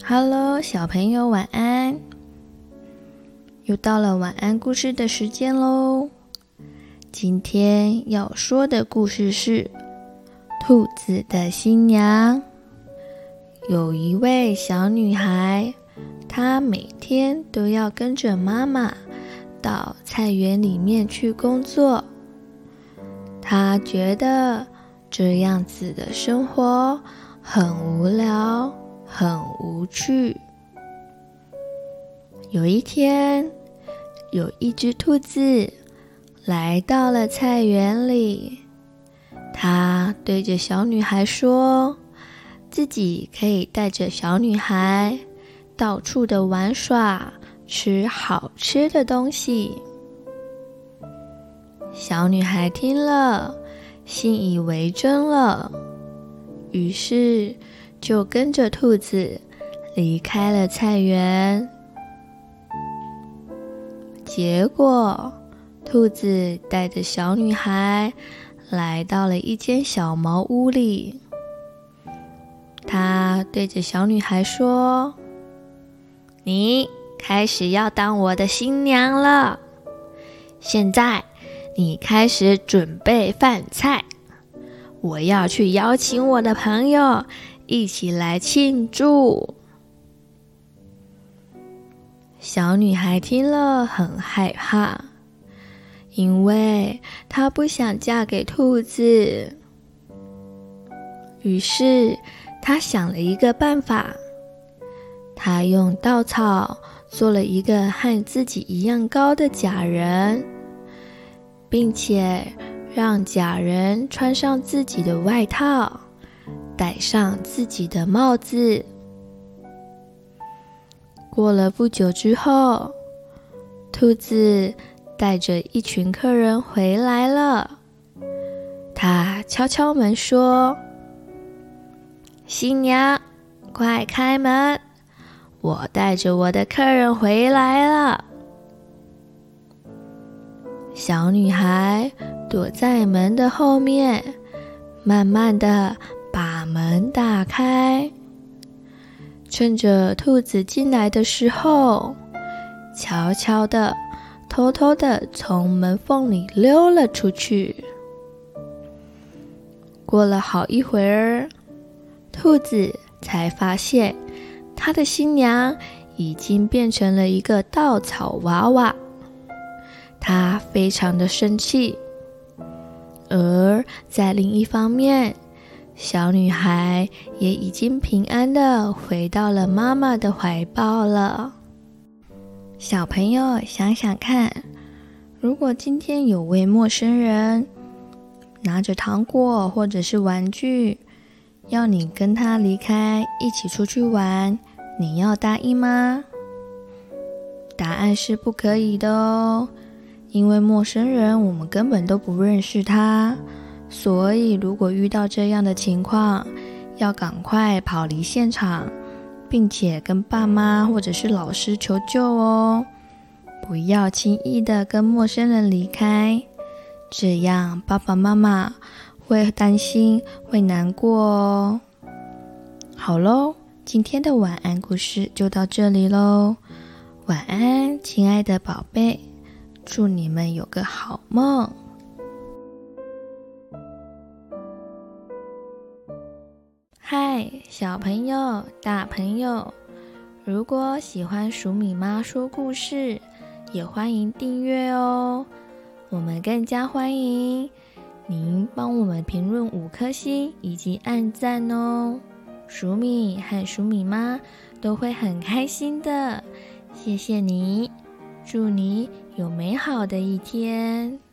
Hello， 小朋友晚安！又到了晚安故事的时间咯。今天要说的故事是兔子的新娘。有一位小女孩，她每天都要跟着妈妈到菜园里面去工作。她觉得这样子的生活很无聊，很无趣。有一天，有一只兔子来到了菜园里，它对着小女孩说，自己可以带着小女孩到处的玩耍，吃好吃的东西。小女孩听了，信以为真了，于是就跟着兔子离开了菜园。结果，兔子带着小女孩来到了一间小茅屋里。他对着小女孩说，你开始要当我的新娘了，现在你开始准备饭菜，我要去邀请我的朋友一起来庆祝。小女孩听了很害怕，因为她不想嫁给兔子。于是她想了一个办法，她用稻草做了一个和自己一样高的假人，并且让假人穿上自己的外套，戴上自己的帽子。过了不久之后，兔子带着一群客人回来了。他敲敲门说，新娘，快开门，我带着我的客人回来了。小女孩躲在门的后面，慢慢地把门打开。趁着兔子进来的时候，悄悄地、偷偷地从门缝里溜了出去。过了好一会儿，兔子才发现她的新娘已经变成了一个稻草娃娃。她非常的生气。而在另一方面，小女孩也已经平安地回到了妈妈的怀抱了。小朋友想想看，如果今天有位陌生人拿着糖果或者是玩具，要你跟他离开，一起出去玩，你要答应吗？答案是不可以的哦，因为陌生人我们根本都不认识他。所以如果遇到这样的情况，要赶快跑离现场，并且跟爸妈或者是老师求救哦，不要轻易的跟陌生人离开，这样爸爸妈妈会担心，会难过哦。好咯，今天的晚安故事就到这里咯，晚安，亲爱的宝贝，祝你们有个好梦。嗨，小朋友、大朋友，如果喜欢黍米妈说故事，也欢迎订阅哦。我们更加欢迎您帮我们评论5颗星以及按赞哦，黍米和黍米妈都会很开心的。谢谢你，祝你有美好的一天。